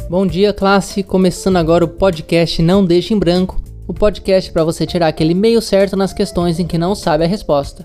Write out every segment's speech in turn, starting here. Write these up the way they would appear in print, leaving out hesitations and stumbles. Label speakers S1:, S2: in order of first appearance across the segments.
S1: Bom dia, classe! Começando agora o podcast Não Deixe em Branco, o podcast para você tirar aquele meio certo nas questões em que não sabe a resposta.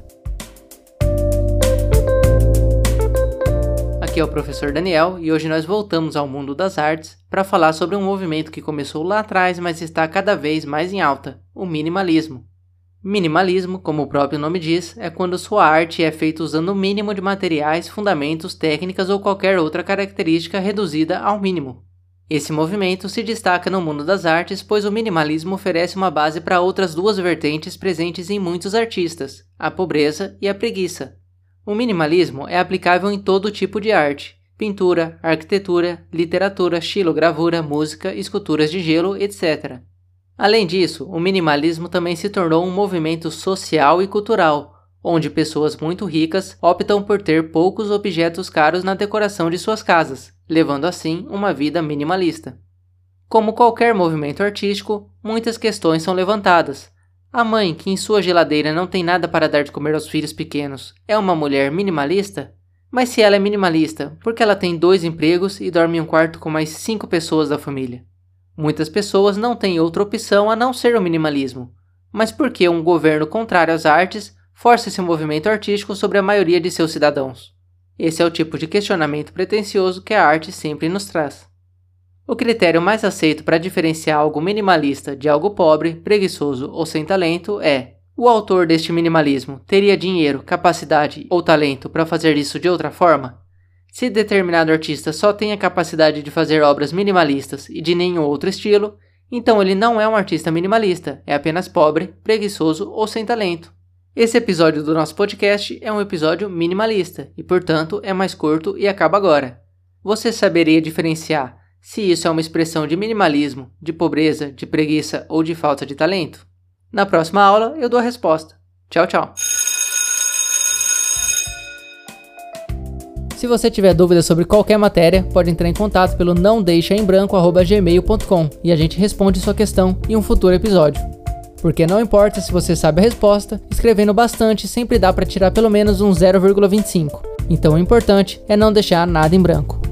S1: Aqui é o professor Daniel e hoje nós voltamos ao mundo das artes para falar sobre um movimento que começou lá atrás, mas está cada vez mais em alta, o minimalismo. Minimalismo, como o próprio nome diz, é quando sua arte é feita usando o mínimo de materiais, fundamentos, técnicas ou qualquer outra característica reduzida ao mínimo. Esse movimento se destaca no mundo das artes, pois o minimalismo oferece uma base para outras duas vertentes presentes em muitos artistas, a pobreza e a preguiça. O minimalismo é aplicável em todo tipo de arte: pintura, arquitetura, literatura, xilogravura, música, esculturas de gelo, etc. Além disso, o minimalismo também se tornou um movimento social e cultural, onde pessoas muito ricas optam por ter poucos objetos caros na decoração de suas casas, levando assim uma vida minimalista. Como qualquer movimento artístico, muitas questões são levantadas. A mãe, que em sua geladeira não tem nada para dar de comer aos filhos pequenos, é uma mulher minimalista? Mas se ela é minimalista, por que ela tem 2 empregos e dorme em um quarto com mais 5 pessoas da família? Muitas pessoas não têm outra opção a não ser o minimalismo. Mas por que um governo contrário às artes força esse movimento artístico sobre a maioria de seus cidadãos? Esse é o tipo de questionamento pretensioso que a arte sempre nos traz. O critério mais aceito para diferenciar algo minimalista de algo pobre, preguiçoso ou sem talento é: o autor deste minimalismo teria dinheiro, capacidade ou talento para fazer isso de outra forma? Se determinado artista só tem a capacidade de fazer obras minimalistas e de nenhum outro estilo, então ele não é um artista minimalista, é apenas pobre, preguiçoso ou sem talento. Esse episódio do nosso podcast é um episódio minimalista e, portanto, é mais curto e acaba agora. Você saberia diferenciar se isso é uma expressão de minimalismo, de pobreza, de preguiça ou de falta de talento? Na próxima aula eu dou a resposta. Tchau, tchau! Se você tiver dúvidas sobre qualquer matéria, pode entrar em contato pelo naodeixaembranco@gmail.com e a gente responde sua questão em um futuro episódio. Porque não importa se você sabe a resposta, escrevendo bastante sempre dá para tirar pelo menos um 0,25. Então o importante é não deixar nada em branco.